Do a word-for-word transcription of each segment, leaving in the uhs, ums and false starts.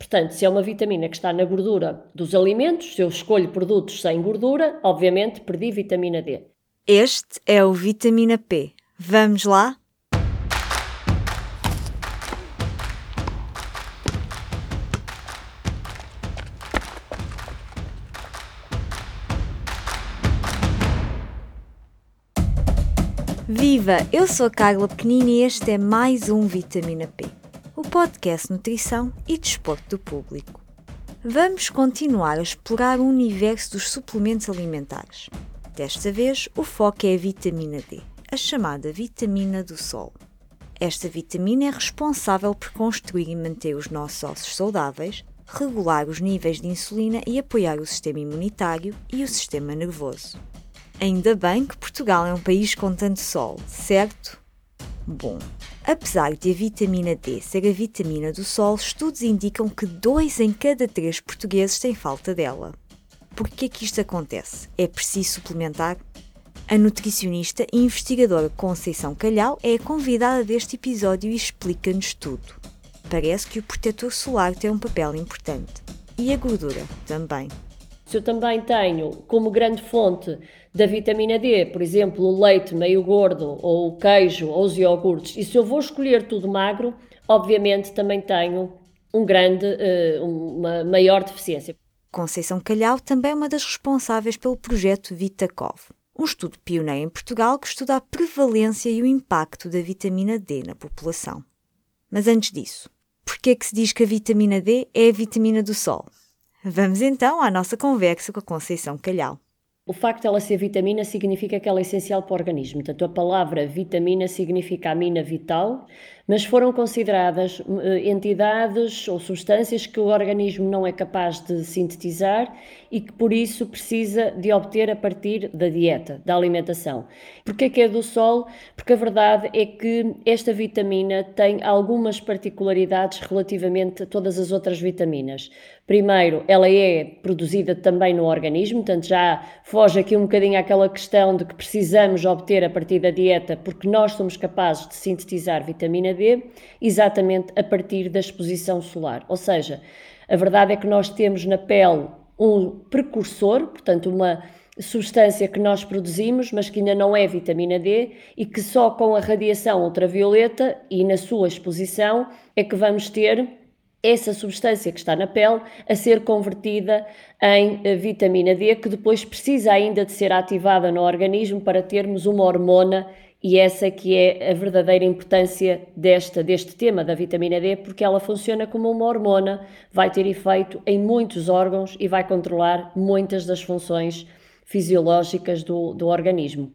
Portanto, se é uma vitamina que está na gordura dos alimentos, se eu escolho produtos sem gordura, obviamente perdi vitamina D. Este é o Vitamina P. Vamos lá? Viva! Eu sou a Carla Pequenina e este é mais um Vitamina P, o podcast Nutrição e Desporto do Público. Vamos continuar a explorar o universo dos suplementos alimentares. Desta vez, o foco é a vitamina D, a chamada vitamina do sol. Esta vitamina é responsável por construir e manter os nossos ossos saudáveis, regular os níveis de insulina e apoiar o sistema imunitário e o sistema nervoso. Ainda bem que Portugal é um país com tanto sol, certo? Bom, apesar de a vitamina D ser a vitamina do sol, estudos indicam que dois em cada três portugueses têm falta dela. Por que é que isto acontece? É preciso suplementar? A nutricionista e investigadora Conceição Calhau é a convidada deste episódio e explica-nos tudo. Parece que o protetor solar tem um papel importante. E a gordura também. Se eu também tenho como grande fonte da vitamina D, por exemplo, o leite meio gordo, ou o queijo, ou os iogurtes, e se eu vou escolher tudo magro, obviamente também tenho um grande, uma maior deficiência. Conceição Calhau também é uma das responsáveis pelo projeto VitaCov, um estudo pioneiro em Portugal que estuda a prevalência e o impacto da vitamina D na população. Mas antes disso, por que é que se diz que a vitamina D é a vitamina do sol? Vamos então à nossa conversa com a Conceição Calhau. O facto de ela ser vitamina significa que ela é essencial para o organismo. Portanto, a palavra vitamina significa amina vital, mas foram consideradas entidades ou substâncias que o organismo não é capaz de sintetizar e que por isso precisa de obter a partir da dieta, da alimentação. Porquê que é do sol? Porque a verdade é que esta vitamina tem algumas particularidades relativamente a todas as outras vitaminas. Primeiro, ela é produzida também no organismo, portanto já foge aqui um bocadinho àquela questão de que precisamos obter a partir da dieta, porque nós somos capazes de sintetizar vitamina D exatamente a partir da exposição solar. Ou seja, a verdade é que nós temos na pele um precursor, portanto uma substância que nós produzimos, mas que ainda não é vitamina D e que só com a radiação ultravioleta e na sua exposição é que vamos ter essa substância que está na pele a ser convertida em vitamina D, que depois precisa ainda de ser ativada no organismo para termos uma hormona, e essa que é a verdadeira importância desta, deste tema da vitamina D, porque ela funciona como uma hormona, vai ter efeito em muitos órgãos e vai controlar muitas das funções fisiológicas do, do organismo.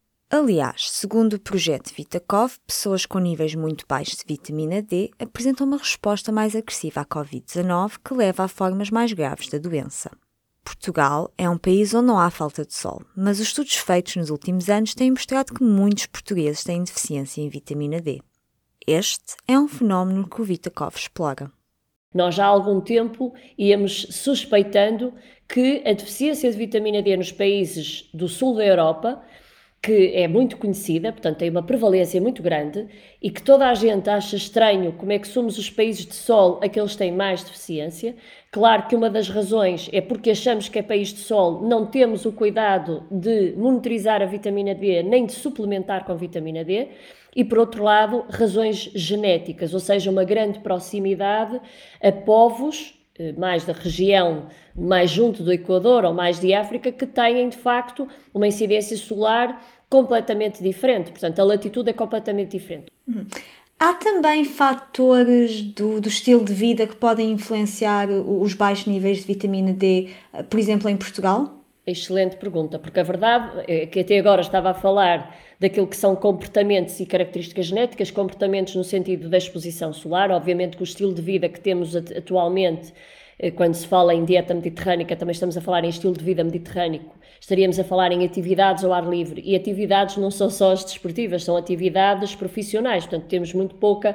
Aliás, segundo o projeto VitaCov, pessoas com níveis muito baixos de vitamina D apresentam uma resposta mais agressiva à covid dezanove que leva a formas mais graves da doença. Portugal é um país onde não há falta de sol, mas os estudos feitos nos últimos anos têm mostrado que muitos portugueses têm deficiência em vitamina D. Este é um fenómeno que o VitaCov explora. Nós já há algum tempo íamos suspeitando que a deficiência de vitamina D nos países do sul da Europa, que é muito conhecida, portanto tem uma prevalência muito grande, e que toda a gente acha estranho como é que somos os países de sol aqueles que têm mais deficiência. Claro que uma das razões é porque achamos que é país de sol, não temos o cuidado de monitorizar a vitamina D, nem de suplementar com vitamina D, e por outro lado, razões genéticas, ou seja, uma grande proximidade a povos mais da região, mais junto do Equador ou mais de África, que têm de facto uma incidência solar completamente diferente, portanto a latitude é completamente diferente. Uhum. Há também fatores do, do estilo de vida que podem influenciar os baixos níveis de vitamina D, por exemplo, em Portugal? Excelente pergunta, porque a verdade é que até agora estava a falar daquilo que são comportamentos e características genéticas, comportamentos no sentido da exposição solar. Obviamente que o estilo de vida que temos atualmente, quando se fala em dieta mediterrânica, também estamos a falar em estilo de vida mediterrâneo, estaríamos a falar em atividades ao ar livre, e atividades não são só as desportivas, são atividades profissionais, portanto temos muito pouca,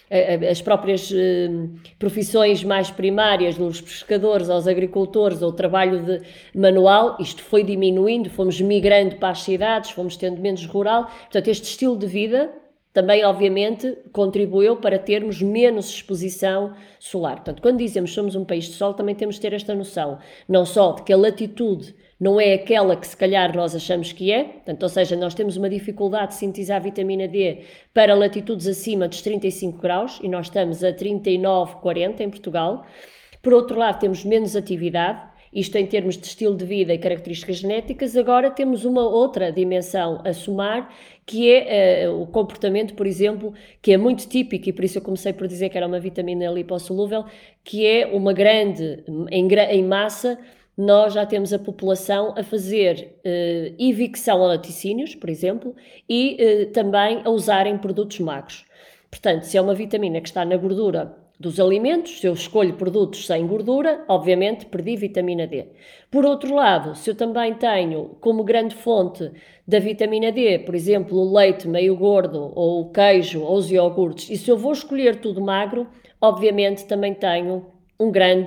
as próprias profissões mais primárias, dos pescadores aos agricultores, ou o trabalho de manual, isto foi diminuindo, fomos migrando para as cidades, fomos tendo menos rural, portanto este estilo de vida também obviamente contribuiu para termos menos exposição solar. Portanto, quando dizemos que somos um país de sol, também temos de ter esta noção, não só de que a latitude não é aquela que se calhar nós achamos que é, portanto, ou seja, nós temos uma dificuldade de sintetizar vitamina D para latitudes acima dos trinta e cinco graus, e nós estamos a trinta e nove, quarenta em Portugal. Por outro lado, temos menos atividade, isto em termos de estilo de vida e características genéticas. Agora temos uma outra dimensão a somar, que é uh, o comportamento, por exemplo, que é muito típico, e por isso eu comecei por dizer que era uma vitamina lipossolúvel, que é uma grande, em, em massa, nós já temos a população a fazer uh, evicção a laticínios, por exemplo, e uh, também a usarem produtos magros. Portanto, se é uma vitamina que está na gordura dos alimentos, se eu escolho produtos sem gordura, obviamente perdi vitamina D. Por outro lado, se eu também tenho como grande fonte da vitamina D, por exemplo, o leite meio gordo, ou o queijo, ou os iogurtes, e se eu vou escolher tudo magro, obviamente também tenho um grande,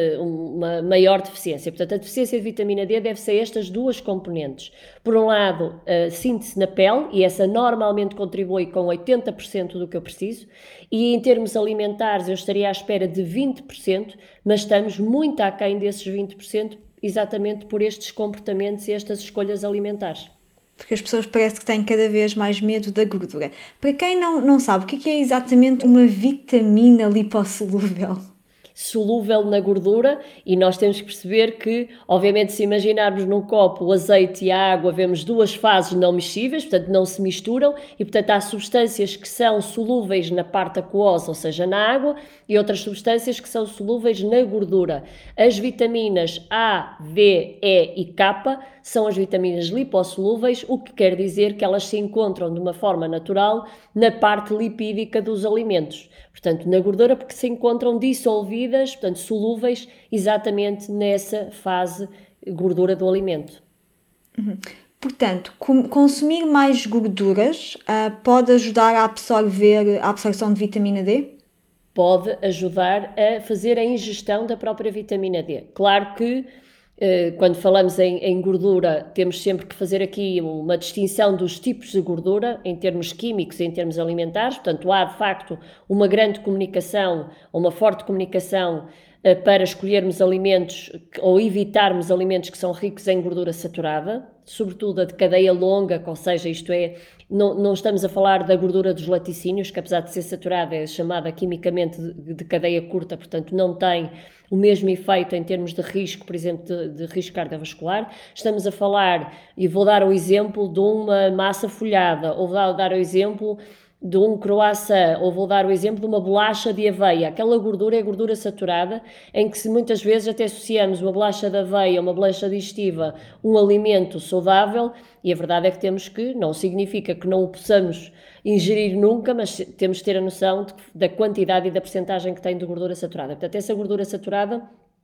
uma maior deficiência. Portanto, a deficiência de vitamina D deve ser estas duas componentes. Por um lado, a síntese na pele, e essa normalmente contribui com oitenta por cento do que eu preciso, e em termos alimentares eu estaria à espera de vinte por cento, mas estamos muito aquém desses vinte por cento, exatamente por estes comportamentos e estas escolhas alimentares. Porque as pessoas parece que têm cada vez mais medo da gordura. Para quem não, não sabe, o que é exatamente uma vitamina lipossolúvel? Solúvel na gordura, e nós temos que perceber que, obviamente, se imaginarmos num copo o azeite e a água, vemos duas fases não mexíveis, portanto não se misturam, e portanto há substâncias que são solúveis na parte aquosa, ou seja, na água, e outras substâncias que são solúveis na gordura. As vitaminas A, D, E e K são as vitaminas lipossolúveis, o que quer dizer que elas se encontram de uma forma natural na parte lipídica dos alimentos. Portanto, na gordura, porque se encontram dissolvidas, portanto, solúveis, exatamente nessa fase gordura do alimento. Uhum. Portanto, com, consumir mais gorduras uh, pode ajudar a absorver a absorção de vitamina D? Pode ajudar a fazer a ingestão da própria vitamina D. Claro que quando falamos em, em gordura, temos sempre que fazer aqui uma distinção dos tipos de gordura, em termos químicos e em termos alimentares. Portanto, há de facto uma grande comunicação, uma forte comunicação uh, para escolhermos alimentos ou evitarmos alimentos que são ricos em gordura saturada, sobretudo a de cadeia longa, ou seja, isto é, não, não estamos a falar da gordura dos laticínios, que apesar de ser saturada é chamada quimicamente de, de cadeia curta, portanto não tem o mesmo efeito em termos de risco, por exemplo, de, de risco cardiovascular. Estamos a falar, e vou dar o exemplo de uma massa folhada, ou vou dar o exemplo de um croissant, ou vou dar o exemplo de uma bolacha de aveia. Aquela gordura é gordura saturada, em que se muitas vezes até associamos uma bolacha de aveia, uma bolacha digestiva, um alimento saudável, e a verdade é que temos que, não significa que não o possamos ingerir nunca, mas temos que ter a noção de, da quantidade e da percentagem que tem de gordura saturada. Portanto, essa gordura saturada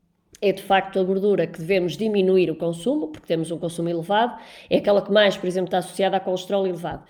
é de facto a gordura que devemos diminuir o consumo, porque temos um consumo elevado, é aquela que mais, por exemplo, está associada a colesterol elevado.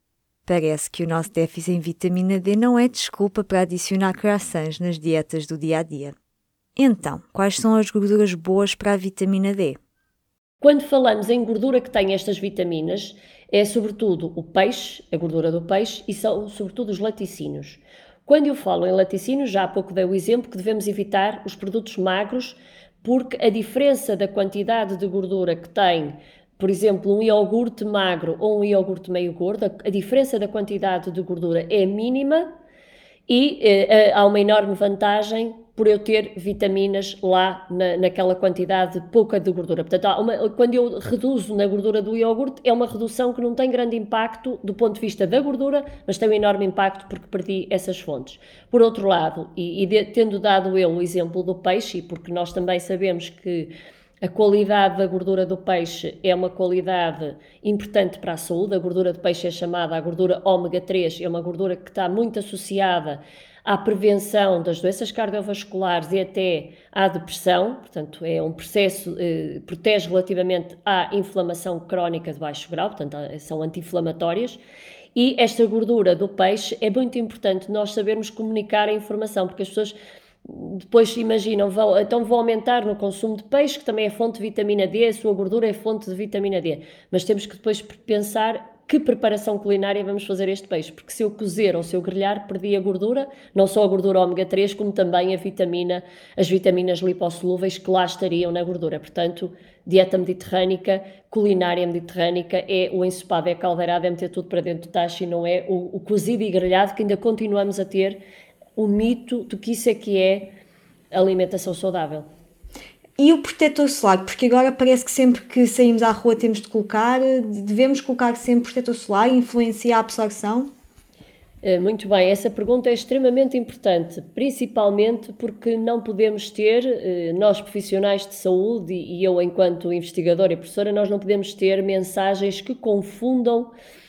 Parece que o nosso déficit em vitamina D não é desculpa para adicionar croissants nas dietas do dia-a-dia. Então, quais são as gorduras boas para a vitamina D? Quando falamos em gordura que tem estas vitaminas, é sobretudo o peixe, a gordura do peixe, e são sobretudo os laticínios. Quando eu falo em laticínios, já há pouco dei o exemplo que devemos evitar os produtos magros, porque a diferença da quantidade de gordura que tem, por exemplo, um iogurte magro ou um iogurte meio gordo, a diferença da quantidade de gordura é mínima e eh, há uma enorme vantagem por eu ter vitaminas lá na, naquela quantidade pouca de gordura. Portanto, há uma, quando eu reduzo na gordura do iogurte, é uma redução que não tem grande impacto do ponto de vista da gordura, mas tem um enorme impacto porque perdi essas fontes. Por outro lado, e, e de, tendo dado eu o exemplo do peixe, porque nós também sabemos que a qualidade da gordura do peixe é uma qualidade importante para a saúde. A gordura do peixe é chamada a gordura ômega três, é uma gordura que está muito associada à prevenção das doenças cardiovasculares e até à depressão, portanto é um processo, eh, protege relativamente à inflamação crónica de baixo grau, portanto são anti-inflamatórias, e esta gordura do peixe é muito importante nós sabermos comunicar a informação, porque as pessoas depois imaginam, vão, então vou aumentar no consumo de peixe, que também é fonte de vitamina D, a sua gordura é fonte de vitamina D, mas temos que depois pensar que preparação culinária vamos fazer este peixe, porque se eu cozer ou se eu grelhar, perdi a gordura, não só a gordura ômega três, como também a vitamina, as vitaminas lipossolúveis que lá estariam na gordura. Portanto, dieta mediterrânica, culinária mediterrânica, é o ensopado, é a caldeirada, é meter tudo para dentro do tacho e não é o, o cozido e grelhado, que ainda continuamos a ter o mito de que isso é que é alimentação saudável. E o protetor solar? Porque agora parece que sempre que saímos à rua temos de colocar, devemos colocar sempre protetor solar, influencia a absorção? Muito bem, essa pergunta é extremamente importante, principalmente porque não podemos ter, nós profissionais de saúde e eu enquanto investigadora e professora, nós não podemos ter mensagens que confundam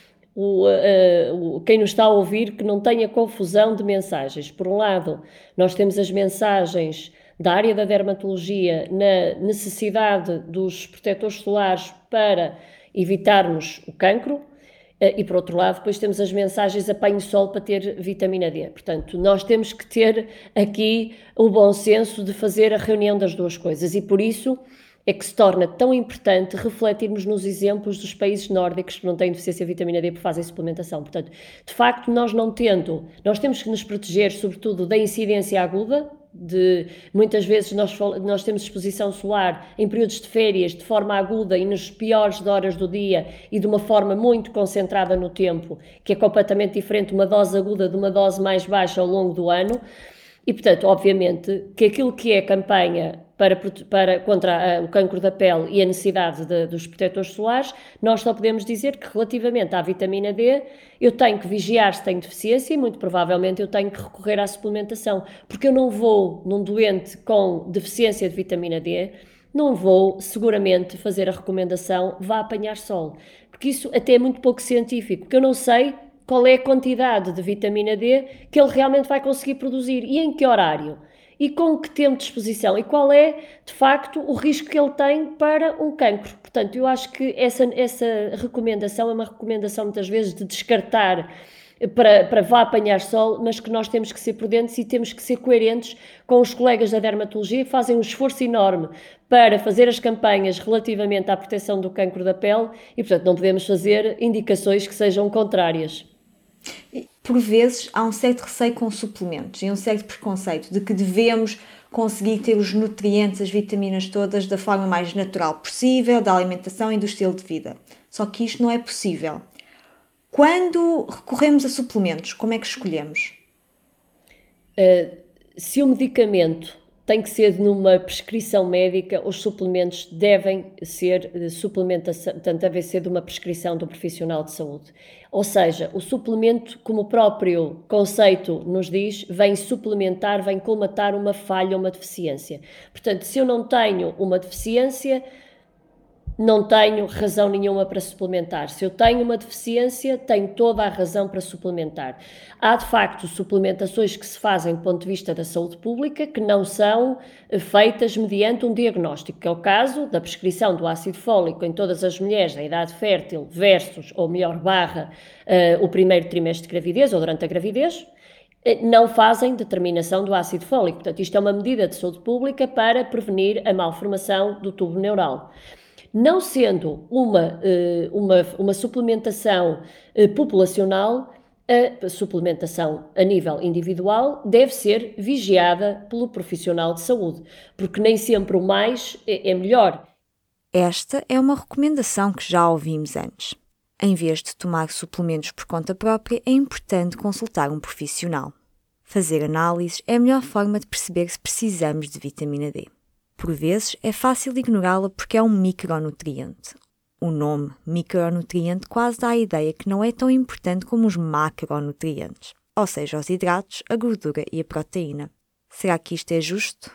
O, uh, uh, quem nos está a ouvir, que não tenha confusão de mensagens. Por um lado, nós temos as mensagens da área da dermatologia na necessidade dos protetores solares para evitarmos o cancro, uh, e por outro lado, depois temos as mensagens apanhe-sol para ter vitamina D. Portanto, nós temos que ter aqui o bom senso de fazer a reunião das duas coisas e por isso é que se torna tão importante refletirmos nos exemplos dos países nórdicos que não têm deficiência de vitamina D porque fazem suplementação. Portanto, de facto, nós não tendo, nós temos que nos proteger, sobretudo, da incidência aguda, de muitas vezes nós, nós temos exposição solar em períodos de férias de forma aguda e nas piores horas do dia e de uma forma muito concentrada no tempo, que é completamente diferente uma dose aguda de uma dose mais baixa ao longo do ano. E, portanto, obviamente, que aquilo que é a campanha para, para, contra a, o cancro da pele e a necessidade de, dos protetores solares, nós só podemos dizer que, relativamente à vitamina D, eu tenho que vigiar se tenho deficiência e, muito provavelmente, eu tenho que recorrer à suplementação, porque eu não vou, num doente com deficiência de vitamina D, não vou, seguramente, fazer a recomendação, vá apanhar sol, porque isso até é muito pouco científico, porque eu não sei qual é a quantidade de vitamina D que ele realmente vai conseguir produzir e em que horário e com que tempo de exposição e qual é, de facto, o risco que ele tem para um cancro. Portanto, eu acho que essa, essa recomendação é uma recomendação muitas vezes de descartar para, para vá apanhar sol, mas que nós temos que ser prudentes e temos que ser coerentes com os colegas da dermatologia que fazem um esforço enorme para fazer as campanhas relativamente à proteção do cancro da pele e, portanto, não podemos fazer indicações que sejam contrárias. Por vezes há um certo receio com suplementos e um certo preconceito de que devemos conseguir ter os nutrientes, as vitaminas todas da forma mais natural possível, da alimentação e do estilo de vida. Só que isto não é possível. Quando recorremos a suplementos, como é que escolhemos? Uh, se o medicamento tem que ser numa prescrição médica, os suplementos devem ser de suplementação, portanto, devem ser de uma prescrição de um profissional de saúde. Ou seja, o suplemento, como o próprio conceito nos diz, vem suplementar, vem colmatar uma falha, uma deficiência. Portanto, se eu não tenho uma deficiência, não tenho razão nenhuma para suplementar. Se eu tenho uma deficiência, tenho toda a razão para suplementar. Há, de facto, suplementações que se fazem do ponto de vista da saúde pública que não são feitas mediante um diagnóstico, que é o caso da prescrição do ácido fólico em todas as mulheres da idade fértil versus, ou melhor, barra, uh, o primeiro trimestre de gravidez ou durante a gravidez, não fazem determinação do ácido fólico. Portanto, isto é uma medida de saúde pública para prevenir a malformação do tubo neural. Não sendo uma, uma, uma suplementação populacional, a suplementação a nível individual deve ser vigiada pelo profissional de saúde, porque nem sempre o mais é melhor. Esta é uma recomendação que já ouvimos antes. Em vez de tomar suplementos por conta própria, é importante consultar um profissional. Fazer análises é a melhor forma de perceber se precisamos de vitamina D. Por vezes, é fácil ignorá-la porque é um micronutriente. O nome micronutriente quase dá a ideia que não é tão importante como os macronutrientes, ou seja, os hidratos, a gordura e a proteína. Será que isto é justo?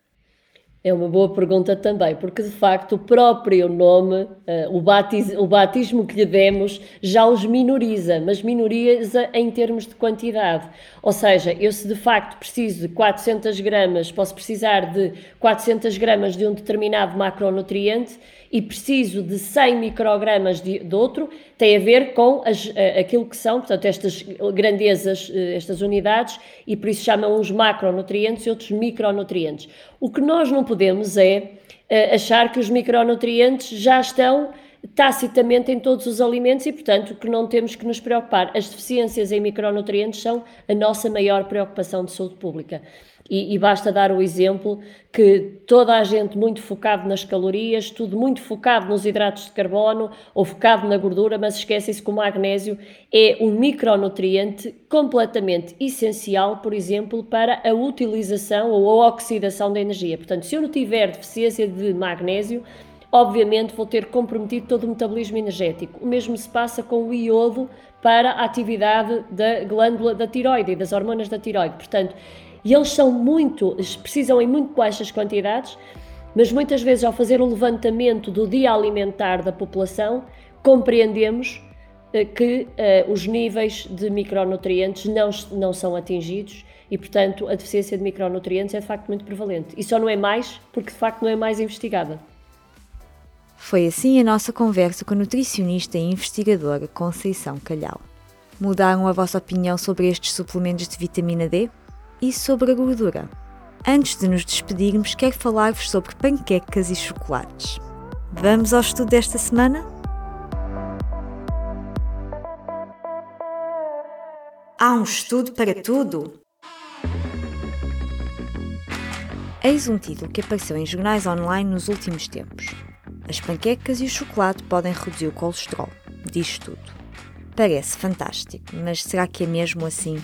É uma boa pergunta também, porque de facto o próprio nome, uh, o, batiz, o batismo que lhe demos, já os minoriza, mas minoriza em termos de quantidade. Ou seja, eu se de facto preciso de quatrocentas gramas, posso precisar de quatrocentas gramas de um determinado macronutriente e preciso de cem microgramas de, de outro, tem a ver com as, aquilo que são, portanto, estas grandezas, estas unidades, e por isso chamam uns macronutrientes e outros micronutrientes. O que nós não podemos é achar que os micronutrientes já estão tacitamente em todos os alimentos e, portanto, que não temos que nos preocupar. As deficiências em micronutrientes são a nossa maior preocupação de saúde pública. E, e basta dar o exemplo que toda a gente muito focado nas calorias, tudo muito focado nos hidratos de carbono ou focado na gordura, mas esquecem-se que o magnésio é um micronutriente completamente essencial, por exemplo, para a utilização ou a oxidação da energia. Portanto, se eu não tiver deficiência de magnésio, obviamente vou ter comprometido todo o metabolismo energético. O mesmo se passa com o iodo para a atividade da glândula da tiroide e das hormonas da tiroide. Portanto, e eles são muito, precisam em muito baixas quantidades, mas muitas vezes ao fazer o levantamento do dia alimentar da população, compreendemos eh, que eh, os níveis de micronutrientes não, não são atingidos e, portanto, a deficiência de micronutrientes é de facto muito prevalente. E só não é mais porque de facto não é mais investigada. Foi assim a nossa conversa com a nutricionista e investigadora Conceição Calhau. Mudaram a vossa opinião sobre estes suplementos de vitamina D? E sobre a gordura? Antes de nos despedirmos, quero falar-vos sobre panquecas e chocolates. Vamos ao estudo desta semana? Há um estudo para tudo! Eis um título que apareceu em jornais online nos últimos tempos. As panquecas e o chocolate podem reduzir o colesterol, diz tudo. Parece fantástico, mas será que é mesmo assim?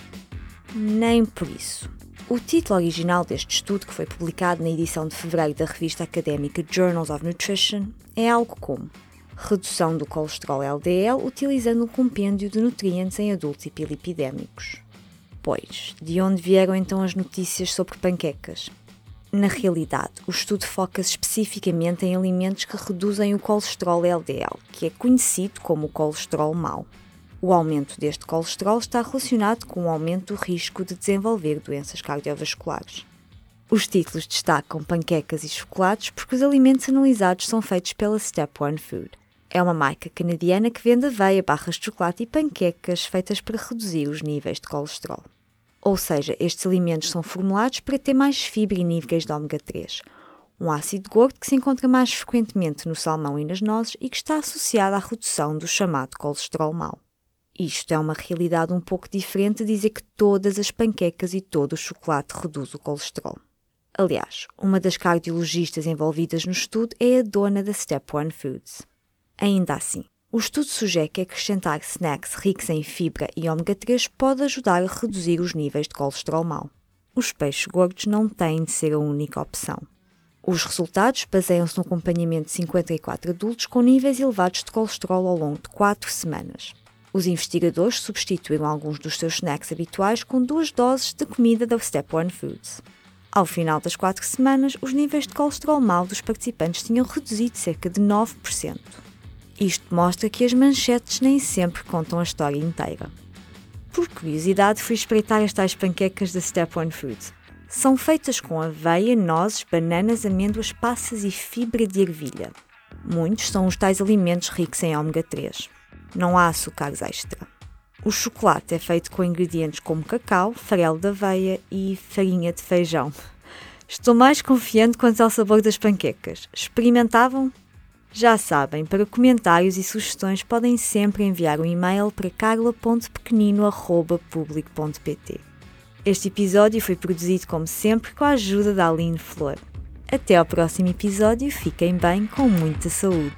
Nem por isso. O título original deste estudo, que foi publicado na edição de fevereiro da revista académica Journals of Nutrition, é algo como redução do colesterol L D L utilizando um compêndio de nutrientes em adultos hipilipidémicos. Pois, de onde vieram então as notícias sobre panquecas? Na realidade, o estudo foca-se especificamente em alimentos que reduzem o colesterol L D L, que é conhecido como o colesterol mau. O aumento deste colesterol está relacionado com o aumento do risco de desenvolver doenças cardiovasculares. Os títulos destacam panquecas e chocolates porque os alimentos analisados são feitos pela Step One Food. É uma marca canadiana que vende aveia, barras de chocolate e panquecas feitas para reduzir os níveis de colesterol. Ou seja, estes alimentos são formulados para ter mais fibra e níveis de ômega três, um ácido gordo que se encontra mais frequentemente no salmão e nas nozes e que está associado à redução do chamado colesterol mau. Isto é uma realidade um pouco diferente de dizer que todas as panquecas e todo o chocolate reduz o colesterol. Aliás, uma das cardiologistas envolvidas no estudo é a dona da Step One Foods. Ainda assim, o estudo sugere que acrescentar snacks ricos em fibra e ômega três pode ajudar a reduzir os níveis de colesterol mau. Os peixes gordos não têm de ser a única opção. Os resultados baseiam-se no acompanhamento de cinquenta e quatro adultos com níveis elevados de colesterol ao longo de quatro semanas. Os investigadores substituíram alguns dos seus snacks habituais com duas doses de comida da Step One Foods. Ao final das quatro semanas, os níveis de colesterol mau dos participantes tinham reduzido cerca de nove por cento. Isto mostra que as manchetes nem sempre contam a história inteira. Por curiosidade, fui espreitar as tais panquecas da Step One Foods. São feitas com aveia, nozes, bananas, amêndoas, passas e fibra de ervilha. Muitos são os tais alimentos ricos em ômega três. Não há açúcares extra. O chocolate é feito com ingredientes como cacau, farelo de aveia e farinha de feijão. Estou mais confiante quanto ao sabor das panquecas. Experimentavam? Já sabem, para comentários e sugestões podem sempre enviar um e-mail para carla ponto pequenino arroba public ponto pt. Este episódio foi produzido, como sempre, com a ajuda da Aline Flor. Até ao próximo episódio, fiquem bem, com muita saúde.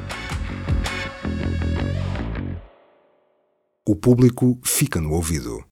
O público fica no ouvido.